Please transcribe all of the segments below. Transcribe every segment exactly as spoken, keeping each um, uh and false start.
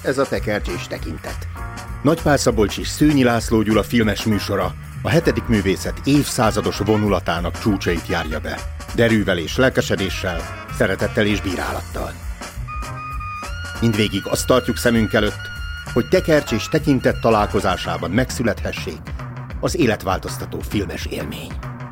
ez a Tekercsés tekintet. Nagy Pál Szabolcs és Szőnyi László Gyula filmes műsora a hetedik művészet évszázados vonulatának csúcsait járja be. Derűvel és lelkesedéssel, szeretettel és bírálattal. Mindvégig azt tartjuk szemünk előtt, hogy Tekercsés tekintet találkozásában megszülethessék az életváltoztató filmes élmény.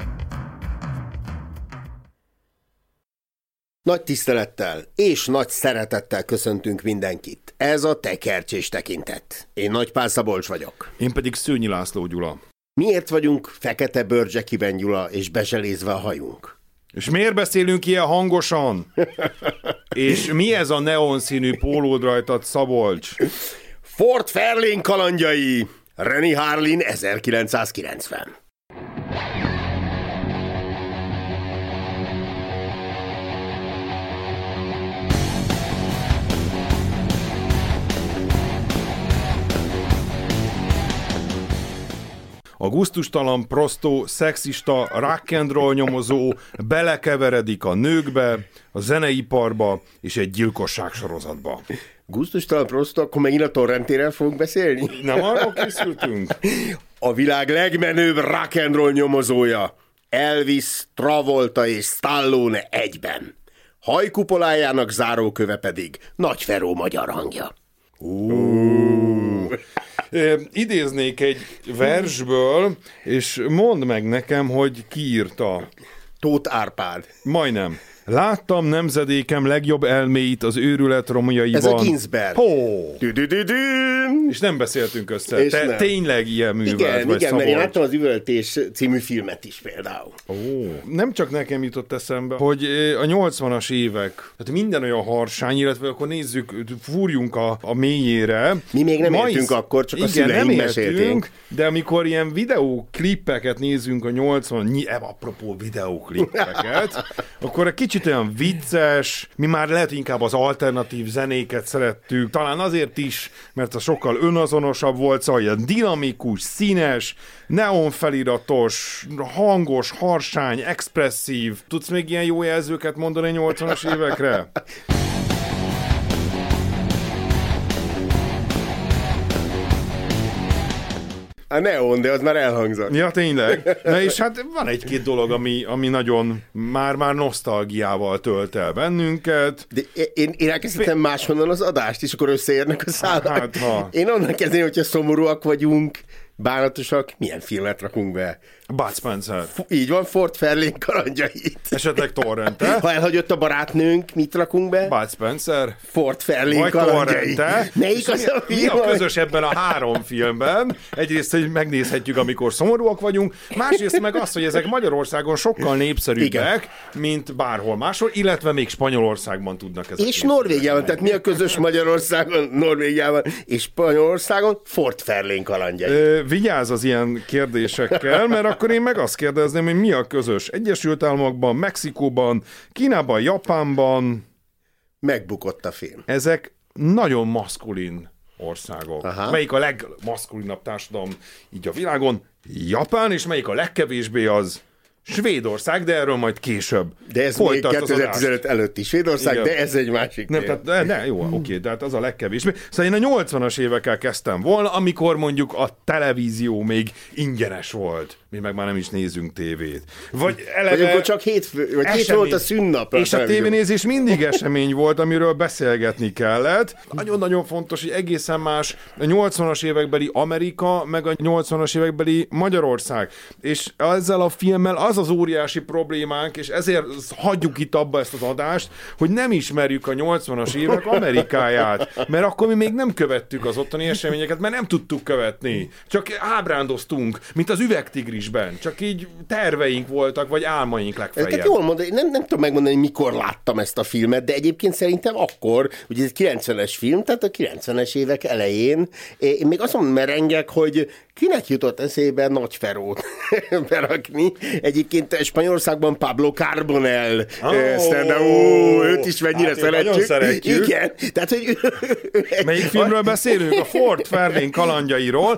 Nagy tisztelettel és nagy szeretettel köszöntünk mindenkit. Ez a Tekercsés tekintet. Én Nagy Pál Szabolcs vagyok. Én pedig Szőnyi László Gyula. Miért vagyunk fekete bőrcsekiben, Gyula, és bezselézve a hajunk? És miért beszélünk ilyen hangosan? És mi ez a neonszínű pólód rajtad, Szabolcs? Fort Fairlane kalandjai, Rennie Harlin ezerkilencszázkilencven. A gusztustalan, prostó, szexista, rock and roll nyomozó belekeveredik a nőkbe, a zeneiparba és egy gyilkosság sorozatba. Gusztustalan, prostó, akkor megint a torrentérrel fogunk beszélni? Nem arról készültünk? A világ legmenőbb rock and roll nyomozója, Elvis, Travolta és Stallone egyben. Hajkupolájának záróköve pedig Nagy Feró magyar hangja. Uh. Idéznék egy versből, és mondd meg nekem, hogy ki írta. Tóth Árpád. Majdnem. Láttam nemzedékem legjobb elméit az őrület romjaiban. Ez a Ginsberg. Hó! Dü-dü-dü-dü. És nem beszéltünk össze. És Te nem. Tényleg ilyen művelt igen, vagy, igen, Szabolcs. mert én láttam az Üvöltés című filmet is például. Ó. Nem csak nekem jutott eszembe, hogy a nyolcvanas évek, tehát minden olyan harsány, illetve akkor nézzük, fúrjunk a, a mélyére. Mi még nem Ma éltünk is, akkor, csak igen, a szüleink nem mesélték. éltünk, de amikor ilyen videóklippeket nézzünk a nyolcvan, nyi, apropó videóklippeket, akkor egy kicsit olyan vicces, mi már lehet inkább az alternatív zenéket szerettük, talán azért is, mert a sokkal önazonosabb volt, szóval ilyen dinamikus, színes, neonfeliratos, hangos, harsány, expresszív. Tudsz még ilyen jó jelzőket mondani a nyolcvanas évekre? A neon, de az már elhangzott. Ja, tényleg. Na és hát van egy-két dolog, ami, ami nagyon már-már nosztalgiával tölt el bennünket. De én, én elkezdtem máshonnan az adást, és akkor összeérnek a szálak. Hát, ha. Én onnan kezdeném, hogyha szomorúak vagyunk, bánatosak, milyen filmet rakunk be? Bud Spencer. F- így van, Fort Fairlane kalandjait. Esetleg Torrente. Ha elhagyott a barátnőnk, mit rakunk be? Bud Spencer. Fort Fairlane Vagy kalandjai. Torrente. Melyik az a Mi film? a közös ebben a három filmben? Egyrészt, hogy megnézhetjük, amikor szomorúak vagyunk, másrészt meg az, hogy ezek Magyarországon sokkal népszerűbbek, igen, mint bárhol máshol, illetve még Spanyolországban tudnak ezek. És Norvégiában, tehát mi a közös Magyarországon, Norvégiában és Spanyolországon? Fort Fairlane kalandjai. Ö, vigyázz az ilyen kérdésekkel, mert akkor én meg azt kérdezném, hogy mi a közös Egyesült Államokban, Mexikóban, Kínában, Japánban. Megbukott a film. Ezek nagyon maszkulin országok. Aha. Melyik a legmaszkulinabb társadalom így a világon? Japán, és melyik a legkevésbé az? Svédország, de erről majd később. De ez még kétezer-tizenöt előtti Svédország, igen, de ez egy másik nem, tehát, ne, ne, jó, oké, de hát az a legkevésbé. Szóval én a nyolcvanas évekkel kezdtem volna, amikor mondjuk a televízió még ingyenes volt. Mi meg már nem is nézünk tévét. Vagy eleve... Vagy akkor csak hétfő, vagy hét volt a szünnap. És a tévénézés mindig esemény volt, amiről beszélgetni kellett. Nagyon-nagyon fontos, hogy egészen más a nyolcvanas évekbeli Amerika, meg a nyolcvanas évekbeli Magyarország. És ezzel a filmmel az az óriási problémánk, és ezért hagyjuk itt abba ezt az adást, hogy nem ismerjük a nyolcvanas évek Amerikáját, mert akkor mi még nem követtük az ottani eseményeket, mert nem tudtuk követni. Csak ábrándoztunk, mint az Üvegtigrisben. Csak így terveink voltak, vagy álmaink legfeljebb. Tehát jól mondani, nem, nem tudom megmondani, mikor láttam ezt a filmet, de egyébként szerintem akkor, ugye ez kilencvenes film, tehát a kilencvenes évek elején, én még azt mondom, merengek, hogy kinek jutott eszébe Nagy Ferót berakni. Egyébként Spanyolországban Pablo Carbonell, oh, stand-up, ó, őt is mennyire hát szeretjük. szeretjük. Igen, tehát, hogy... Melyik filmről beszélünk? A Fort Fairlane kalandjairól.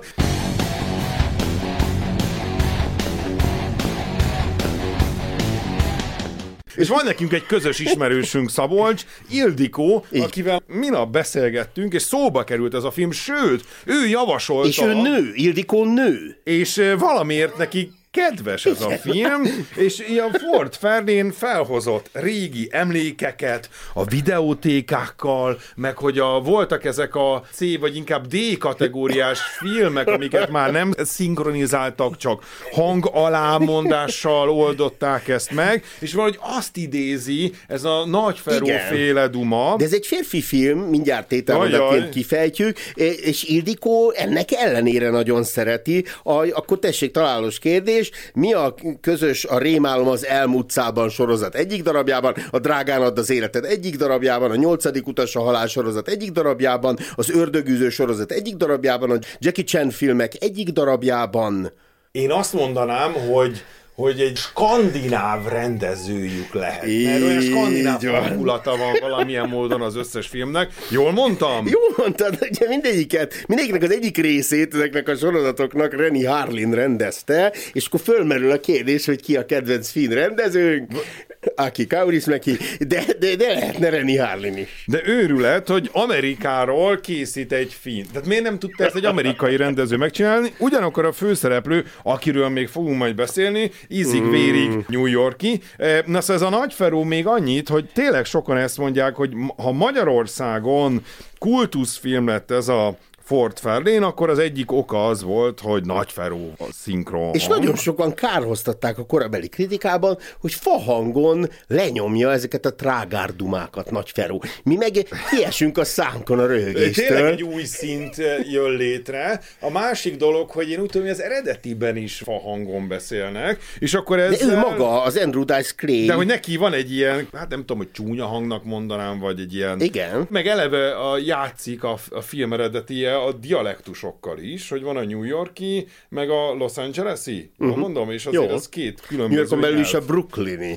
És van nekünk egy közös ismerősünk, Szabolcs, Ildikó, így. Akivel minap beszélgettünk, és szóba került ez a film, sőt, ő javasolta. És ő nő, Ildikó nő. És valamiért neki kedves ez a film, és ilyen Ford Fairlane felhozott régi emlékeket a videótékákkal, meg hogy a, voltak ezek a C vagy inkább D kategóriás filmek, amiket már nem szinkronizáltak, csak hang alámondással oldották ezt meg, és valahogy azt idézi ez a Nagyferó-féle duma. De ez egy férfi film, mindjárt tételmondatként kifejtjük, és Ildikó ennek ellenére nagyon szereti. A, akkor tessék, találós kérdés, mi a közös a Rémálom az elmúltszában sorozat egyik darabjában, a Drágán add az életed egyik darabjában, a Nyolcadik utas a halál sorozat egyik darabjában, az Ördögűző sorozat egyik darabjában, a Jackie Chan filmek egyik darabjában. Én azt mondanám, hogy hogy egy skandináv rendezőjük lehet. Így mert olyan skandináv hankulata van valamilyen módon az összes filmnek. Jól mondtam? Jól mondtad, ugye mindegyiket, mindegyiknek az egyik részét ezeknek a sorozatoknak Renny Harlin rendezte, és akkor fölmerül a kérdés, hogy ki a kedvenc finn rendezőnk, Aki Kaurismäki, de, de, de lehetne Renny Harlin is. De őrület, hogy Amerikáról készít egy film. Tehát miért nem tudta ezt egy amerikai rendező megcsinálni? Ugyanakkor a főszereplő, akiről még fogunk majd beszélni, ízig-vérig New York-i. Na szóval ez a Nagyferó még annyit, hogy tényleg sokan ezt mondják, hogy ha Magyarországon kultuszfilm lett ez a Ford Fairlane, akkor az egyik oka az volt, hogy Nagyferó a szinkron. És nagyon sokan kárhoztatták a korabeli kritikában, hogy fahangon lenyomja ezeket a trágárdumákat Nagyferó. Mi meg kiesünk a szánkon a röhögéstől. Tényleg egy új szint jön létre. A másik dolog, hogy én úgy tudom, hogy az eredetiben is fahangon beszélnek, és akkor ez... De ő maga, az Andrew Dice Clay. De hogy neki van egy ilyen, hát nem tudom, hogy csúnya hangnak mondanám, vagy egy ilyen... Igen. Meg eleve a, játszik a, a film eredetie a dialektusokkal is, hogy van a New York-i, meg a Los Angeles-i, uh-huh. mondom, és azért Jó. az két különböző New Yorkon belül is a Brooklyni.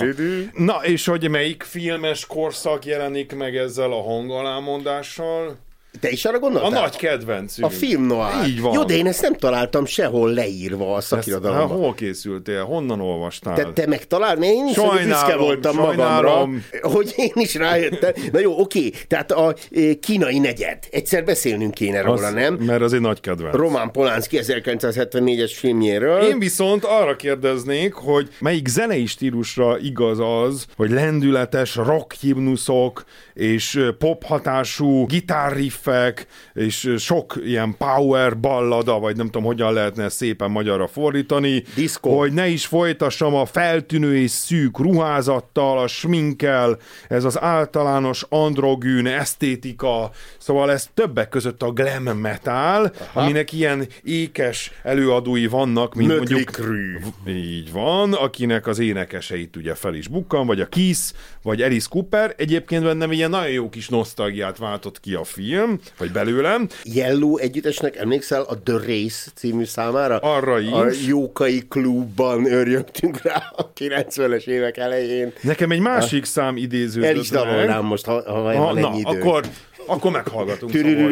Na, és hogy melyik filmes korszak jelenik meg ezzel a hangalámondással? Te is arra gondoltál? A nagy kedvencünk. A film noir. Így van. Jó, de én ezt nem találtam sehol leírva a szakirodalomban. Hát hol készültél? Honnan olvastál? Te, te megtaláld, mert én is büszke voltam magamra, hogy én is rájöttem. Na jó, oké, tehát a e, kínai negyed. Egyszer beszélnünk kéne róla, az, nem? Mert az egy nagy kedvenc. Roman Polanski ezerkilencszázhetvennégyes filmjéről. Én viszont arra kérdeznék, hogy melyik zenei stílusra igaz az, hogy lendületes rock himnuszok és pop hatású gitárriffek, és sok ilyen power ballada, vagy nem tudom, hogyan lehetne szépen magyarra fordítani, Disco. Hogy ne is folytassam a feltűnő és szűk ruházattal, a sminkkel, ez az általános androgyn esztétika, szóval ez többek között a glam metal, aha, aminek ilyen ékes előadói vannak, mint Mötley mondjuk Crüe. Így van, akinek az énekeseit ugye fel is bukkan, vagy a Kiss, vagy Alice Cooper. Egyébként bennem ilyen nagyon jó kis nosztalgiát váltott ki a film, vagy belőlem. Yellow együttesnek emlékszel a The Race című számára? Arra is. A Jókai klubban örjöntünk rá a kilencvenes évek elején. Nekem egy másik a... szám idéződött. El is dalolnám most, ha, ha van ha, na, ennyi idő. Akkor, akkor meghallgatunk.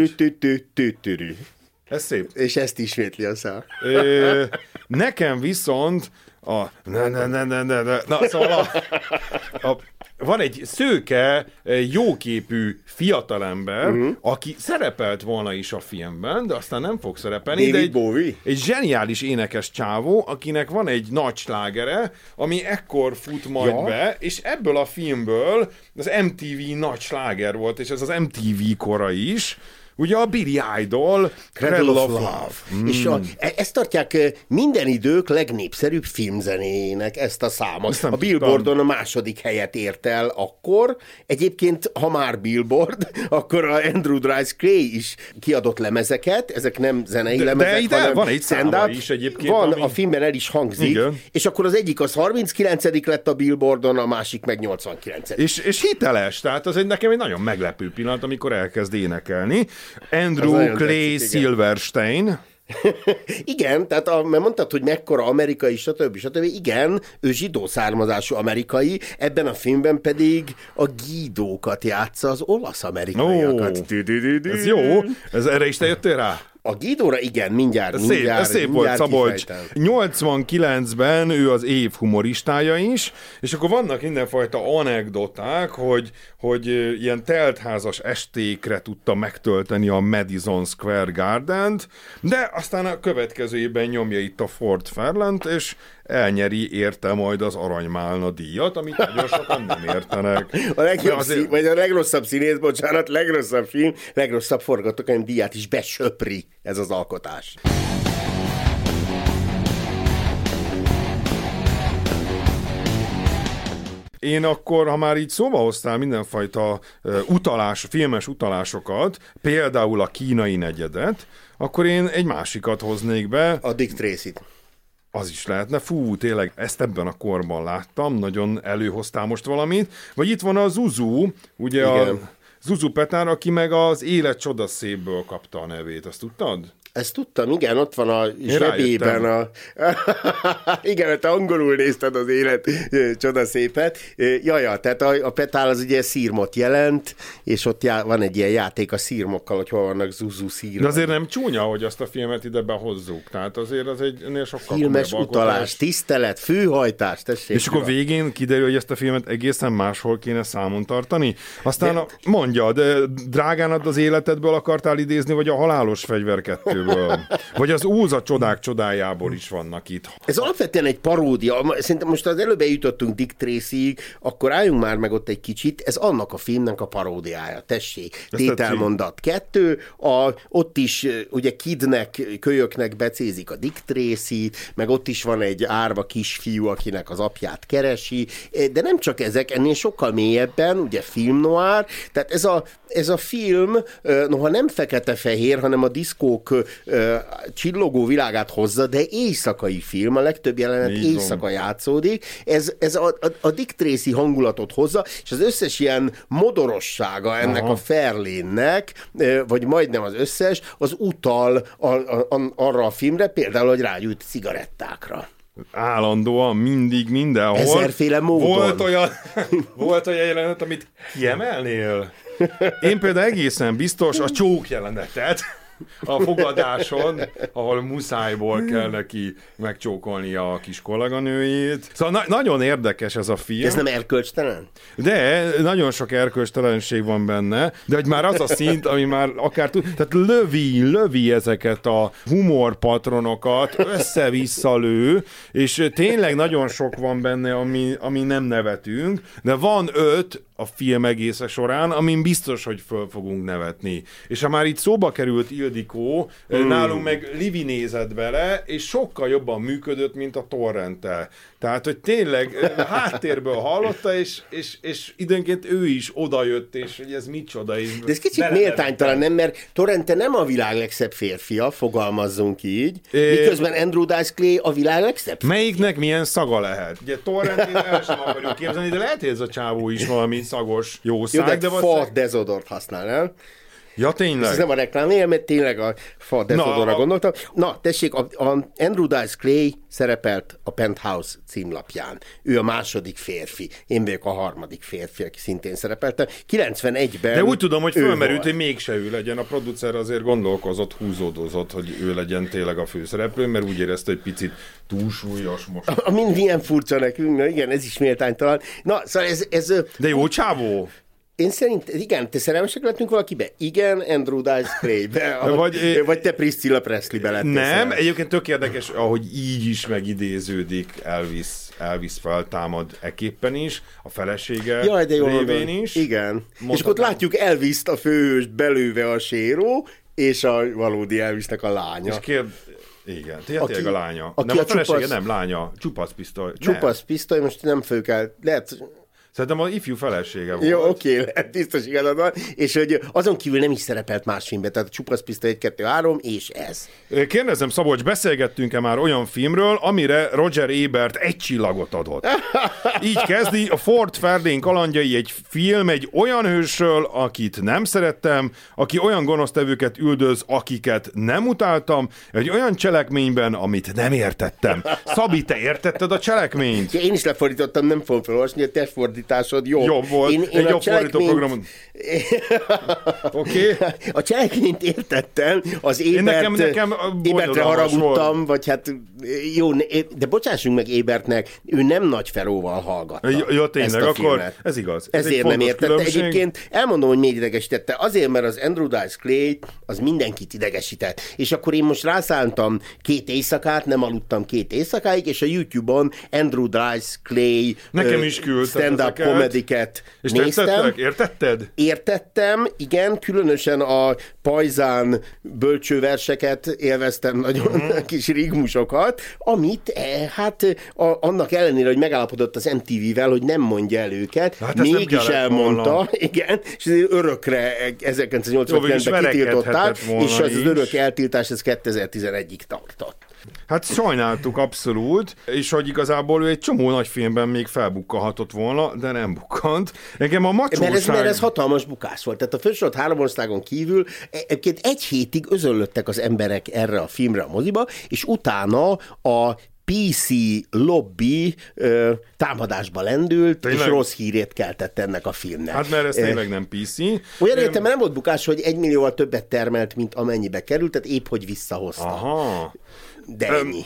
Ez szép. És ezt ismétli a szám. Ö, nekem viszont a... Ne, ne, ne, ne, ne, ne. Na, szóval a, a van egy szőke, jóképű fiatalember, uh-huh. aki szerepelt volna is a filmben, de aztán nem fog szerepelni. David de egy, Bowie? Egy zseniális énekes csávó, akinek van egy nagy slágere, ami ekkor fut majd ja. be, és ebből a filmből az em té vé nagy sláger volt, és ez az em té vé kora is, ugye a Billy Idol, Cradle of Love. Mm. És a, ezt tartják minden idők legnépszerűbb filmzenének, ezt a számot. A Billboardon a második helyet ért el akkor. Egyébként, ha már Billboard, akkor a Andrew Dice Clay is kiadott lemezeket, ezek nem zenei de, lemezek, de ide hanem van egy száma is egyébként. Van, ami... a filmben el is hangzik, igen. És akkor az egyik az harminckilencedik lett a Billboardon, a másik meg nyolcvankilencedik És, és hiteles, tehát az egy nekem egy nagyon meglepő pillanat, amikor elkezd énekelni. Andrew Clay Silverstein. Igen, tehát a, mert mondtad, hogy mekkora amerikai, stb. stb. Igen, ő zsidó származású amerikai, ebben a filmben pedig a gídókat játsza, az olasz amerikaiakat. Oh, ez jó, ez, erre is te jöttél rá? A Guidóra igen, mindjárt, szép, mindjárt, szép mindjárt volt Szabolcs. kifejtem. nyolcvankilencben ő az év humoristája is, és akkor vannak mindenfajta anekdoták, hogy, hogy ilyen teltházas estékre tudta megtölteni a Madison Square Gardent, de aztán a következő évben nyomja itt a Ford Fairlane-t, és elnyeri érte majd az Aranymálna díjat, amit nagyon sokan nem értenek. A legjobb azért... szín, vagy a legrosszabb színész, bocsánat, legrosszabb film, legrosszabb forgatókönyv díját is besöpri ez az alkotás. Én akkor, ha már így szóba hoztál mindenfajta uh, utalás, filmes utalásokat, például a Kínai negyedet, akkor én egy másikat hoznék be. A Dick Tracy-t. Az is lehetne. Fú, tényleg, ezt ebben a korban láttam, nagyon előhoztál most valamit. Vagy itt van a Zuzu, ugye igen. A Zuzu Petár, aki meg az Élet csodaszépből kapta a nevét, azt tudtad? Ezt tudtam, igen, ott van a zsebében a... igen, te angolul nézted az Élet csodaszépet. Jaja, tehát a, a petál az ugye szírmot jelent, és ott já, van egy ilyen játék a szírmokkal, hogy hol vannak Zuzu szírmok. De azért nem csúnya, hogy azt a filmet ide behozzuk. Tehát azért az egy ennél sokkal filmes utalás, tisztelet, főhajtás, tessék. És akkor a végén kiderül, hogy ezt a filmet egészen máshol kéne számon tartani. Aztán de... a, mondja, de drágán az életedből akartál idézni, vagy a Halálos fegyver kettő? Vagy az Óza csodák csodájából is vannak itt. Ez alapvetően egy paródia. Szerintem most az előbb eljutottunk Dick Tracyig, akkor álljunk már meg ott egy kicsit. Ez annak a filmnek a paródiája. Tessék, tételmondat kettő. A, ott is ugye kidnek, kölyöknek becézik a Dick Tracy, meg ott is van egy árva kisfiú, akinek az apját keresi. De nem csak ezek, ennél sokkal mélyebben, ugye film noir. Tehát ez a, ez a film, noha nem fekete-fehér, hanem a diszkók csillogó világát hozza, de éjszakai film, a legtöbb jelenet Így éjszaka van. játszódik. Ez, ez a, a, a Dick Tracy hangulatot hozza, és az összes ilyen modorossága ennek Aha. a Fairlane-nek, vagy majdnem az összes, az utal a, a, a, arra a filmre, például, hogy rágyújt cigarettákra. Állandóan, mindig, mindenhol. Ezerféle módon. Volt olyan, volt olyan jelenet, amit kiemelnél? Én például egészen biztos a csók jelenetet, a fogadáson, ahol muszájból kell neki megcsókolnia a kis kolléganőjét. Szóval na- nagyon érdekes ez a film. Ez nem erkölcstelen? De nagyon sok erkölcstelenség van benne, de hogy már az a szint, ami már akár tud, tehát lövi, lövi ezeket a humorpatronokat, össze-vissza lő, és tényleg nagyon sok van benne, ami, ami nem nevetünk, de van öt a film egésze során, amin biztos, hogy föl fogunk nevetni. És ha már itt szóba került Ildikó, hmm. nálunk meg Livi nézett bele, és sokkal jobban működött, mint a torrenttel. Tehát, hogy tényleg háttérből hallotta, és, és, és időnként ő is odajött, és hogy ez micsoda. És de ez kicsit méltánytalan, nem? Mert Torrente nem a világ legszebb férfia, fogalmazzunk így, é... miközben Andrew Dice Clay a világ legszebb férfia. Melyiknek milyen szaga lehet? Ugye Torrentén el sem akarjuk képzelni, de lehet, hogy ez a csávó is valami szagos jószág. Jó, de, de fa valószínűleg... dezodort használ, nem? Ja, tényleg? Ez nem a reklám, mert tényleg a fa dezodorra a... gondoltam. Na, tessék, a, a Andrew Dice Clay szerepelt a Penthouse címlapján. Ő a második férfi. Én vagyok a harmadik férfi, aki szintén szerepeltem. kilencvenegyben De úgy tudom, hogy fölmerült, hogy mégse ő legyen. A producer azért gondolkozott, húzódozott, hogy ő legyen tényleg a főszereplő, mert úgy érezte, hogy picit túlsúlyos most. A, a mind milyen furcsa nekünk, na igen, ez is méltánytalan. Na, szóval ez... ez De jó csávó! Én szerint, igen, te szerelmesek lettünk valakibe? Igen, Andrew Dice Clay-be. Vagy, vagy te Priscilla Presley-be lettél. Nem, szerelmes. Egyébként tök érdekes, ahogy így is megidéződik Elvis, Elvis feltámad eképpen is, a felesége Jaj, de jól révén van. is. Igen. Mondhatnám. És akkor ott látjuk Elvist, a főhőst belőve a séró, és a valódi Elvisnek a lánya. És kérd... Igen, tényleg a lánya. Aki nem a, a felesége, csupasz... nem lánya, csupasz pisztoly. Csupasz pisztoly, most nem föl kell, lehet... Szerintem az ifjú felesége volt. Jó, oké, lehet, biztos igazad van. És hogy azon kívül nem is szerepelt más filmben, tehát a Csupasz pisztoly egy, kettő, három, és ez. Kérdezem, Szabolcs, beszélgettünk-e már olyan filmről, amire Roger Ebert egy csillagot adott? Így kezdi, a Ford Fairlane kalandjai egy film egy olyan hősről, akit nem szerettem, aki olyan gonosztevőket üldöz, akiket nem utáltam, egy olyan cselekményben, amit nem értettem. Szabi, te értetted a cselekményt? Ja, én is lefordítottam, nem fogom felolvasni, a te fordít fordításod jobb. Jobb volt, én, én egy jobb cselekményt... fordítóprogramon. Oké. Okay. A cselekményt értettem, az Ébert, nekem, nekem Ébertre haragudtam, volt. Vagy hát jó, de bocsássunk meg Ébertnek, ő nem Nagy Feróval hallgatta. Jó, jó tényleg, akkor ez igaz. Ez Ezért nem értette. Különbség. Egyébként elmondom, hogy miért idegesítette. Azért, mert az Andrew Dice Clay az mindenkit idegesített. És akkor én most rászántam két éjszakát, nem aludtam két éjszakáig, és a YouTube-on Andrew Dice Clay nekem is küldtek stand-up comedy-ket és néztem. Tettek? Értetted? Értettem, igen, különösen a pajzán bölcsőverseket élveztem, nagyon uh-huh. kis rigmusokat, amit eh, hát a, annak ellenére, hogy megállapodott az em té vé-vel, hogy nem mondja el őket, hát mégis elmondta, volna. Igen, és örökre ezerkilencszáznyolcvankilencben kitiltották, és az, az örök eltiltás ez kétezer-tizenegyig tartott. Hát sajnáltuk abszolút, és hogy igazából ő egy csomó nagy filmben még felbukkalhatott volna, de nem bukkant. Engem a macsóság... Mert ez, mert ez hatalmas bukás volt. Tehát a fősorolt három országon kívül egyébként egy hétig özönlöttek az emberek erre a filmre a moziba, és utána a pé cé lobby ö, támadásba lendült, tényleg? És rossz hírét keltett ennek a filmnek. Hát mert ez tényleg nem pé cé. Olyan értelemben nem volt bukás, hogy egy millióval többet termelt, mint amennyibe került, tehát épp hogy visszahozta. Aha. De ennyi.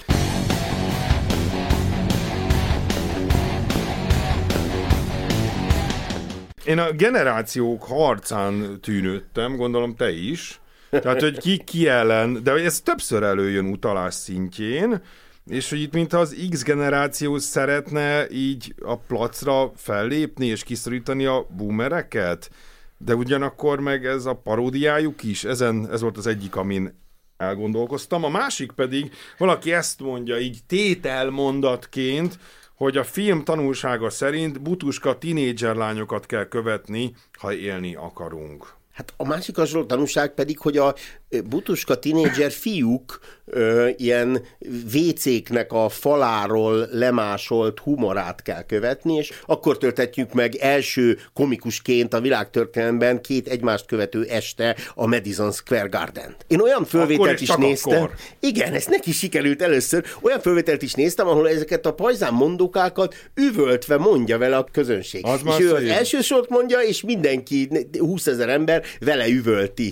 Én a generációk harcán tűnődtem, gondolom te is. Tehát, hogy ki ki ellen, de ez többször előjön utalás szintjén, és hogy itt mintha az X generáció szeretne így a placra fellépni és kiszorítani a boomereket, de ugyanakkor meg ez a paródiájuk is, ezen, ez volt az egyik, amin elgondolkoztam. A másik pedig, valaki ezt mondja így tételmondatként, hogy a film tanulsága szerint butuska tinédzser lányokat kell követni, ha élni akarunk. Hát a másik az tanulság pedig, hogy a butuska tinédzser fiúk ö, ilyen vécéknek a faláról lemásolt humorát kell követni, és akkor töltetjük meg első komikusként a világtörténelemben két egymást követő este a Madison Square Garden-t. Én olyan fölvételt is, is néztem. Akkor. Igen, ez neki sikerült először. Olyan fölvételt is néztem, ahol ezeket a pajzán mondókákat üvöltve mondja vele a közönség. Az és ő az első sort mondja, és mindenki, húszezer ember vele üvölti.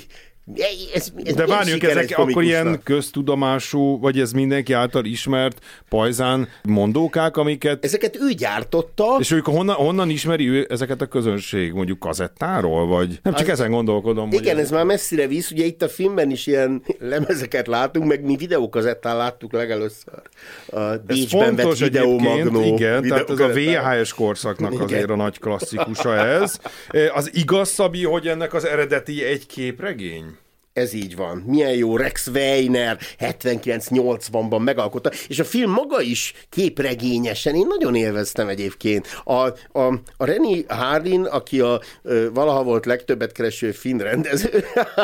Ez, ez de várjunk, ezek akkor ilyen köztudomású, vagy ez mindenki által ismert pajzán mondókák, amiket... Ezeket ő gyártotta. És ők honnan, honnan ismeri ő ezeket a közönség? Mondjuk kazettáról, vagy... Nem, csak az... ezen gondolkodom. Igen, ez... ez már messzire visz. Ugye itt a filmben is ilyen lemezeket látunk, meg mi videókazettán láttuk legelőször. A Bécsben vett videómagnó. Igen, tehát ez a vé há es korszaknak igen. Azért a nagy klasszikusa ez. Az igaz, Szabi, hogy ennek az eredeti egy képregény? Ez így van. Milyen jó, Rex Weiner hetvenkilenc nyolcvanban megalkotta, és a film maga is képregényesen, én nagyon élveztem egyébként. A, a, a Renny Harlin, aki a ö, valaha volt legtöbbet kereső finn rendező,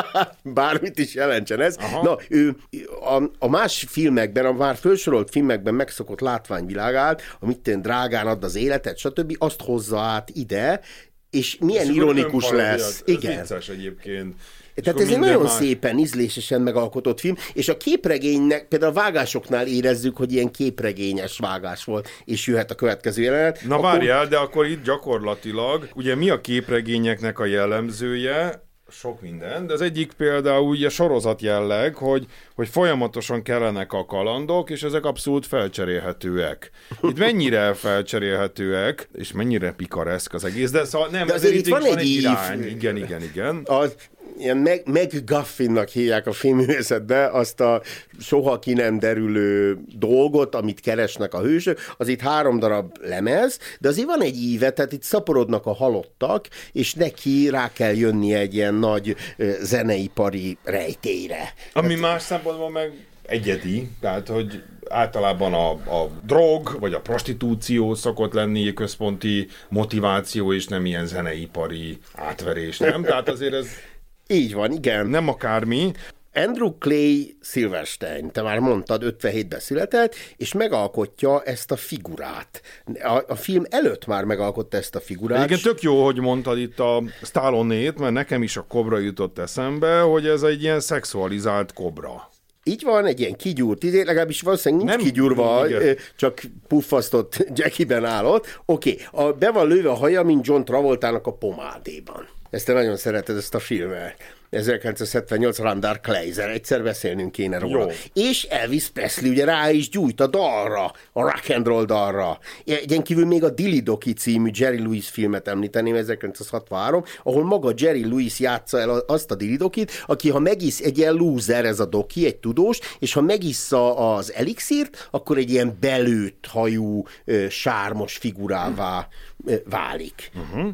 bármit is jelentsen ez, aha. Na, ő a, a más filmekben, a már felsorolt filmekben megszokott látványvilágát, amit én drágán ad az életet, stb., azt hozza át ide, és milyen ez ironikus lesz. Ez igen. Vicces egyébként. Tehát ez egy nagyon más... szépen, ízlésesen megalkotott film, és a képregénynek, például a vágásoknál érezzük, hogy ilyen képregényes vágás volt, és jöhet a következő jelenet. Na akkor... várjál, de akkor itt gyakorlatilag, ugye mi a képregényeknek a jellemzője? Sok minden, de az egyik például ugye sorozat jelleg, hogy, hogy folyamatosan kellenek a kalandok, és ezek abszolút felcserélhetőek. Itt mennyire felcserélhetőek, és mennyire pikareszk az egész, de szóval nem, de azért itt van, van egy irány. Ív... Igen, igen, igen. Az... ilyen MacGuffinnak hívják a filmművészetbe azt a soha ki nem derülő dolgot, amit keresnek a hősök, az itt három darab lemez, de azért van egy íve, tehát itt szaporodnak a halottak, és neki rá kell jönni egy ilyen nagy zeneipari rejtélyre. Ami tehát... más szempontból meg egyedi, tehát hogy általában a, a drog, vagy a prostitúció szokott lenni központi motiváció, és nem ilyen zeneipari átverés, nem? Tehát azért ez... Így van, igen. Nem akármi. Andrew Clay Silverstein, te már mondtad, ötvenhétben született, és megalkotja ezt a figurát. A, a film előtt már megalkotta ezt a figurát. Igen, tök jó, hogy mondtad itt a Stallone-ét, mert nekem is a kobra jutott eszembe, hogy ez egy ilyen szexualizált kobra. Így van, egy ilyen kigyúrt, idő, legalábbis valószínűleg nincs nem, kigyúrva, igen. Csak puffasztott Jackie-ben állott. Oké, okay. Be van lőve a haja, mint John Travoltának a pomádéban. Ezt te nagyon szereted, ezt a filmet. ezerkilencszázhetvennyolc Randall Kleiser, egyszer beszélnünk kéne róla. Jó. És Elvis Presley ugye rá is gyújt a dalra, a rock and roll dalra. Egyen kívül még a Dilly Doki című Jerry Lewis filmet említeném, ezerkilencszázhatvanhárom, ahol maga Jerry Lewis játsza el azt a Dilly Dokit, aki ha megisz egy ilyen loser, ez a Doki, egy tudós, és ha megissza az elixírt, akkor egy ilyen belőtt hajú, sármos figurává válik. Uh-huh.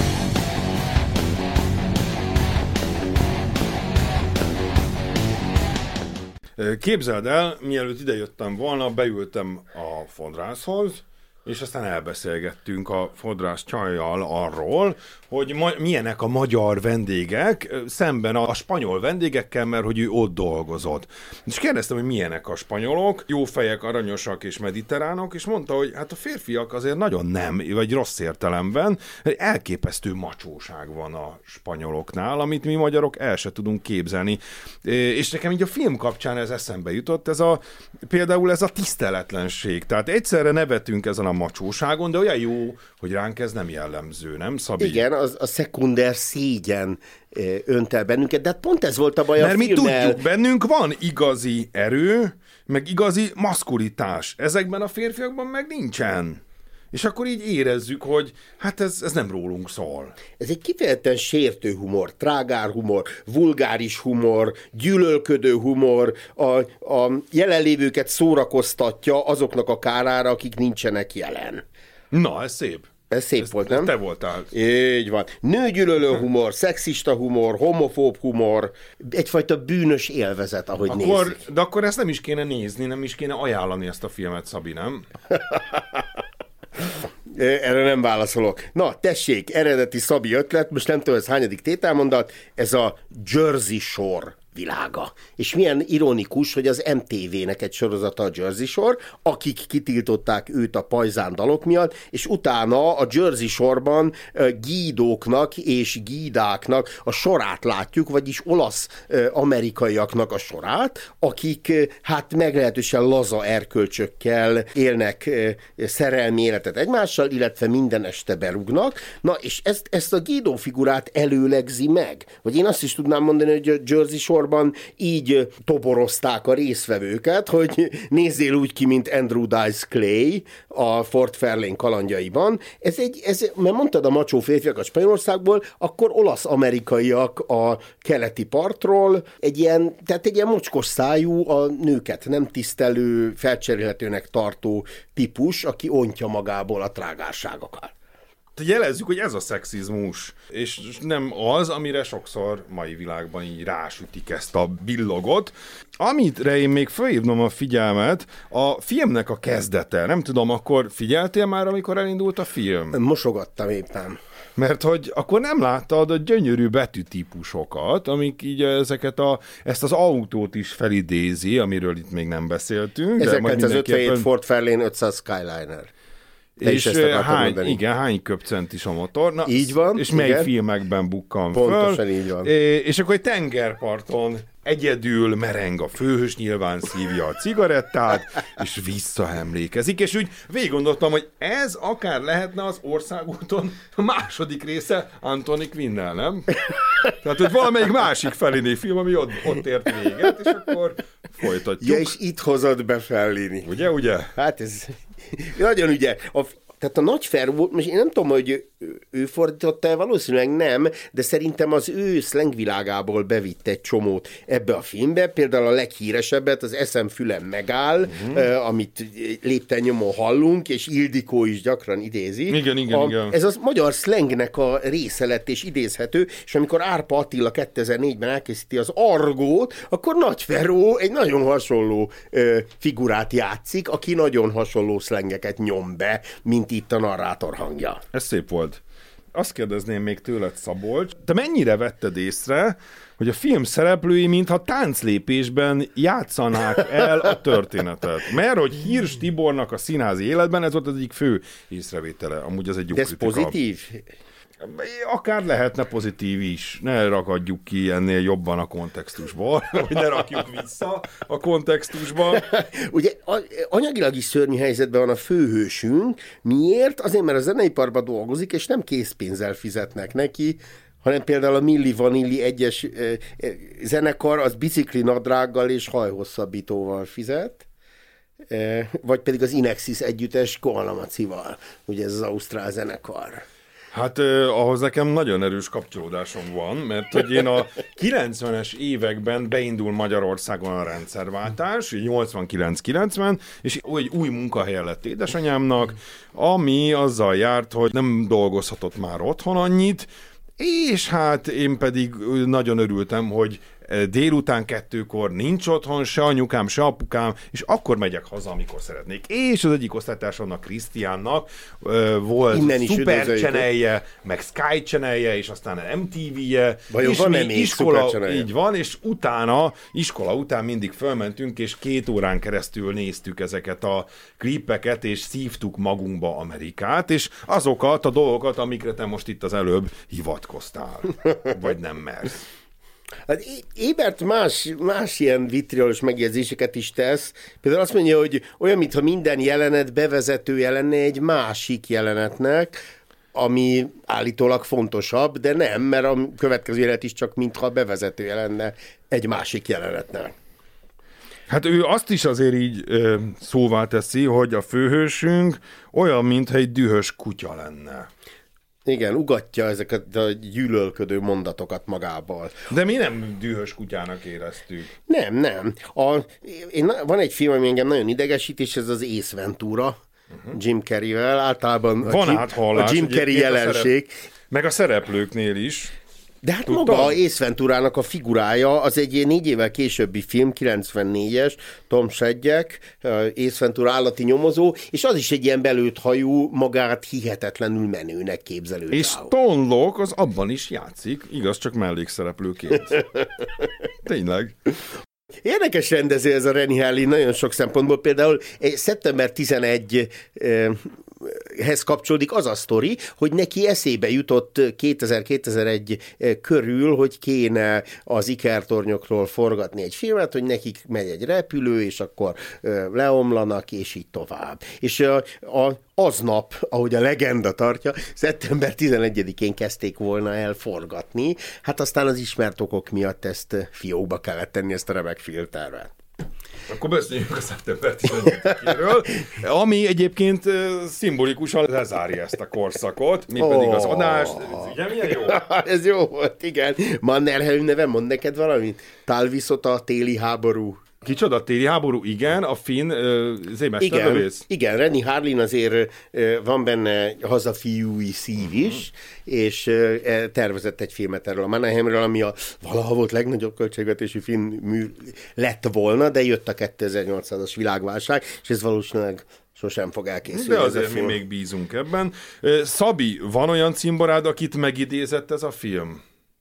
Képzeld el, mielőtt idejöttem volna, beültem a fodrászhoz, és aztán elbeszélgettünk a fodrász csajjal arról, hogy ma- milyenek a magyar vendégek szemben a spanyol vendégekkel, mert hogy ő ott dolgozott. És kérdeztem, hogy milyenek a spanyolok, jó fejek, aranyosak és mediterránok, és mondta, hogy hát a férfiak azért nagyon nem, vagy rossz értelemben, elképesztő macsóság van a spanyoloknál, amit mi magyarok el se tudunk képzelni. És nekem így a film kapcsán ez eszembe jutott, ez a, például ez a tiszteletlenség. Tehát egyszerre nevetünk ezen a macsóságon, de olyan jó, hogy ránk ez nem jellemző, nem, Szabi? Igen, az, a szekunder szégyen önt el bennünket, de hát pont ez volt a baj Mert a mi filmmel. tudjuk, bennünk van igazi erő, meg igazi maszkulitás. Ezekben a férfiakban meg nincsen. És akkor így érezzük, hogy hát ez, ez nem rólunk szól. Ez egy kifejezetten sértő humor, trágár humor, vulgáris humor, gyűlölködő humor, a, a jelenlévőket szórakoztatja azoknak a kárára, akik nincsenek jelen. Na, ez szép. Ez szép ez, volt, nem? Te voltál. Így van. Nőgyűlölő humor, szexista humor, homofób humor, egyfajta bűnös élvezet, ahogy akkor, nézik. De akkor ezt nem is kéne nézni, nem is kéne ajánlani ezt a filmet, Szabi, nem? Erre nem válaszolok. Na, tessék, eredeti Szabi ötlet, most nem tudom, ez hányadik tételmondat, ez a Jersey Shore világa. És milyen ironikus, hogy az em té vének egy sorozata a Jersey Shore, akik kitiltották őt a pajzán dalok miatt, és utána a Jersey Shore-ban gídóknak és gídáknak a sorát látjuk, vagyis olasz-amerikaiaknak a sorát, akik hát meglehetősen laza erkölcsökkel élnek szerelmi életet egymással, illetve minden este berúgnak. Na, és ezt, ezt a gídó figurát előlegzi meg. Vagy én azt is tudnám mondani, hogy a Jersey Shore így toborozták a résztvevőket, hogy nézzél úgy ki, mint Andrew Dice Clay a Fort Fairlane kalandjaiban. Ez egy, ez, mert mondtad a macsó férfiak a Spanyolországból, akkor olasz-amerikaiak a keleti partról, egy ilyen, tehát egy ilyen mocskos szájú, a nőket nem tisztelő, felcserélhetőnek tartó típus, aki ontja magából a trágárságokat. Jelezzük, hogy ez a szexizmus, és nem az, amire sokszor mai világban így rásütik ezt a billogot. Amitre én még felhívnom a figyelmet, a filmnek a kezdete. Nem tudom, akkor figyeltél már, amikor elindult a film? Mosogattam éppen. Mert hogy akkor nem láttad a gyönyörű betűtípusokat, amik így ezeket a, ezt az autót is felidézi, amiről itt még nem beszéltünk. ezerkilencszázötvenhét Fort Fairlane ötszáz Skyliner. Te és hány, igen, hány köpcentis a motor. Na, így van. És mely igen. filmekben bukkan Pontosan föl. így van. És akkor egy tengerparton egyedül mereng a főhős, nyilván szívja a cigarettát, és visszaemlékezik. És úgy végig gondoltam, hogy ez akár lehetne az Országúton a második része Anthony Quinn-nel, nem? Tehát, hogy valamelyik másik Fellini film, ami ott, ott ért véget, és akkor folytatjuk. Ja, és itt hozod be Fellini. Ugye, ugye? Hát ez nagyon ügyes. A, tehát a nagy Fer volt, most én nem tudom, hogy ő fordította-e, valószínűleg nem, de szerintem az ő szlengvilágából bevitt egy csomót ebbe a filmbe, például a leghíresebbet, az Eszem fülem megáll, uh-huh. amit lépten nyomon hallunk, és Ildikó is gyakran idézi. Igen, igen, a, igen. Ez az magyar szlengnek a része lett és idézhető, és amikor Árpa Attila kétezer-négyben elkészíti az Argót, akkor Nagy Feró egy nagyon hasonló ö, figurát játszik, aki nagyon hasonló szlengeket nyom be, mint itt a narrátor hangja. Ez szép volt. Azt kérdezném még tőled, Szabolcs, te mennyire vetted észre, hogy a film szereplői mintha tánclépésben játszanák el a történetet? Mert hogy Hirsch Tibornak a színházi életben ez volt az egyik fő észrevétele. Amúgy az egy jó de ez kritika. pozitív? Akár lehetne pozitív is. Ne ragadjuk ki ennél jobban a kontextusból, hogy ne rakjuk vissza a kontextusba. Ugye anyagilag is szörnyű helyzetben van a főhősünk. Miért? Azért, mert a zeneiparban dolgozik, és nem készpénzzel fizetnek neki, hanem például a Milli Vanilli egyes eh, eh, zenekar az bicikli nadrággal és hajhosszabbítóval fizet, eh, vagy pedig az Inexis együttes Koalamacival, ugye ez az ausztrál zenekar. Hát eh, ahhoz nekem nagyon erős kapcsolódásom van, mert hogy én a kilencvenes években beindul Magyarországon a rendszerváltás, nyolcvankilenc kilencven, és egy új munkahely lett édesanyámnak, ami azzal járt, hogy nem dolgozhatott már otthon annyit, és hát én pedig nagyon örültem, hogy délután kettőkor nincs otthon se anyukám, se apukám, és akkor megyek haza, amikor szeretnék. És az egyik osztálytársamnak, Krisztiánnak volt Super Channelje, meg Sky Channelje, és aztán em té vé-je. Vajon és van mi még iskola, így van, és utána, iskola után mindig fölmentünk, és két órán keresztül néztük ezeket a klipeket, és szívtuk magunkba Amerikát, és azokat a dolgokat, amikre te most itt az előbb hivatkoztál. Vagy nem mersz. Hát Ebert más, más ilyen vitriolos megjegyzéseket is tesz. Például azt mondja, hogy olyan, mintha minden jelenet bevezetője lenne egy másik jelenetnek, ami állítólag fontosabb, de nem, mert a következő jelenet is csak mintha bevezetője lenne egy másik jelenetnek. Hát ő azt is azért így ö, szóvá teszi, hogy a főhősünk olyan, mintha egy dühös kutya lenne. Igen, ugatja ezeket a gyűlölködő mondatokat magából. De mi nem dühös kutyának éreztük? Nem, nem. A, én, van egy film, ami engem nagyon idegesít, és ez az Ace Ventura, uh-huh. Jim Carreyvel. Általában van a, áthallás, a Jim Carrey jelenség. A szerep, meg a szereplőknél is. De hát Tudtam? maga Ace Venturának a figurája, az egy négy évvel későbbi film, kilencvennégyes, Tom Shedyack, Ace Ventura állati nyomozó, és az is egy ilyen belőtt hajú, magát hihetetlenül menőnek képzelő. És Stone Locke az abban is játszik, igaz, csak mellékszereplőként. Tényleg. Érdekes rendező ez a Rennie Harlin nagyon sok szempontból. Például szeptember tizenegyhez kapcsolódik az a sztori, hogy neki eszébe jutott kétezer-kétezer-egy körül, hogy kéne az ikertornyokról forgatni egy filmet, hogy nekik megy egy repülő, és akkor leomlanak, és így tovább. És a, a aznap, ahogy a legenda tartja, szeptember tizenegyedikén kezdték volna el forgatni, hát aztán az ismert okok miatt ezt fiókba kellett tenni, ezt a remek filtervet. Akkor beszéljünk a szeptember tizenegyedikéről, ami egyébként szimbolikusan lezárja ezt a korszakot, mi pedig az adást. Ugye milyen jó? Ez jó volt, igen. Mannerheim neve mond neked valamit? Talviszota, téli háború. Kicsoda, téli háború? Igen, a finn zémesterlövész. Igen, igen, Rennie Harlin azért van benne hazafiúi szív is, uh-huh. és tervezett egy filmet erről a Mannerheimről, ami a valaha volt legnagyobb költségvetésű film lett volna, de jött a kétezer-nyolcszázas világválság, és ez valószínűleg sosem fog elkészülni. De azért mi még bízunk ebben. Szabi, van olyan cimborád, akit megidézett ez a film?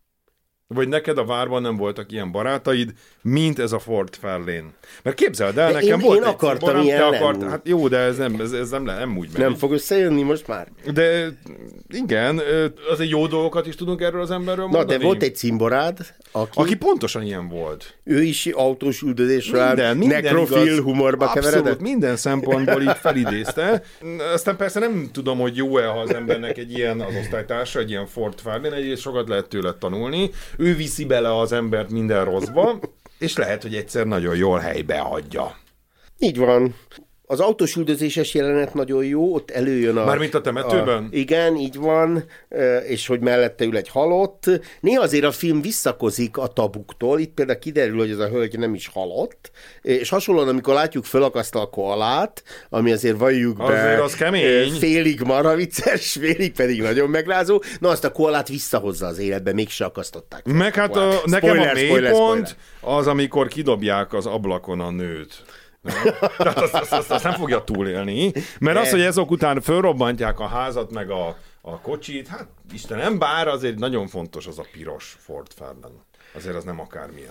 Vagy neked a várban nem voltak ilyen barátaid, mint ez a Ford Fairlane. Mert képzeld el, de nekem én, volt én egy akartam cimborám, ilyen te akart, hát jó, de ez nem, ez, ez nem, nem úgy megy. Nem fog összejönni most már? De igen, azért jó dolgokat is tudunk erről az emberről mondani. Na, de volt egy cimborád, aki... Aki pontosan ilyen volt. Ő is autós üldözésre, nekrofil igaz, humorba keveredett. Abszolút, minden szempontból így felidézte. Aztán persze nem tudom, hogy jó-e, ha az embernek egy ilyen az osztálytársa, egy ilyen Ford Fairlane, egyrészt sokat lehet tőle tanulni. Ő viszi bele az embert minden rosszba, és lehet, hogy egyszer nagyon jól helybe hagyja. Így van. Az autós üldözéses jelenet nagyon jó, ott előjön a... Mármint a temetőben? A, igen, így van, és hogy mellette ül egy halott. Néha azért a film visszakozik a tabuktól, itt például kiderül, hogy ez a hölgy nem is halott, és hasonlóan, amikor látjuk fölakasztva a koalát, ami azért valljuk be... Azért az kemény. Félig marha vicces, félig pedig nagyon megrázó, na azt a koalát visszahozza az életbe, mégse akasztották. Meg hát a, nekem spoiler, a mélypont az, amikor kidobják az ablakon a nőt. Tehát azt, azt, azt, azt nem fogja túlélni, mert az, hogy ezok után fölrobbantják a házat, meg a, a kocsit, hát Istenem, bár azért nagyon fontos az a piros Ford Fairlane. Azért az nem akármilyen.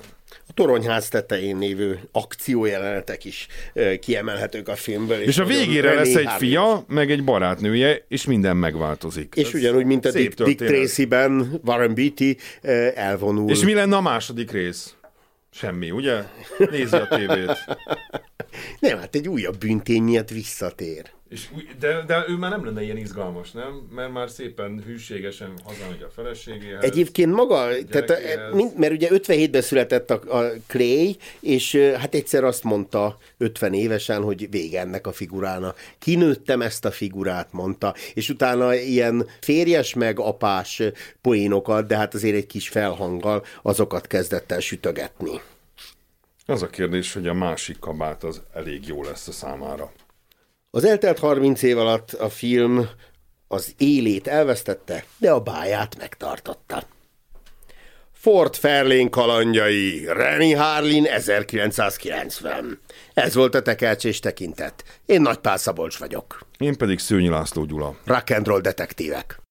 A toronyház tetején lévő akciójelenetek is kiemelhetők a filmből. És, és a végére lesz egy fia, meg egy barátnője, és minden megváltozik. És ez ugyanúgy, mint a Dick, Dick Tracy-ben Warren Beatty elvonul. És mi lenne a második rész? Semmi, ugye? Nézi a tévét. Nem, hát egy újabb bűntény miatt visszatér. És, de, de ő már nem lenne ilyen izgalmas, nem? Mert már szépen hűségesen hazamegy a feleségéhez. Egyébként maga, tehát, mert ugye ötvenhétben született a, a Clay, és hát egyszer azt mondta ötven évesen, hogy vége ennek a figurának. Kinőttem ezt a figurát, mondta, és utána ilyen férjes meg apás poénokat, de hát azért egy kis felhanggal azokat kezdett el sütögetni. Az a kérdés, hogy a másik kabát az elég jó lesz a számára. Az eltelt harminc év alatt a film az élét elvesztette, de a báját megtartotta. Ford Fairlane kalandjai, Rennie Harlin ezerkilencszázkilencven. Ez volt a Tekercs és Tekintet. Én Nagy Pál Szabolcs vagyok. Én pedig Szőnyi László Gyula. Rock and Roll detektívek.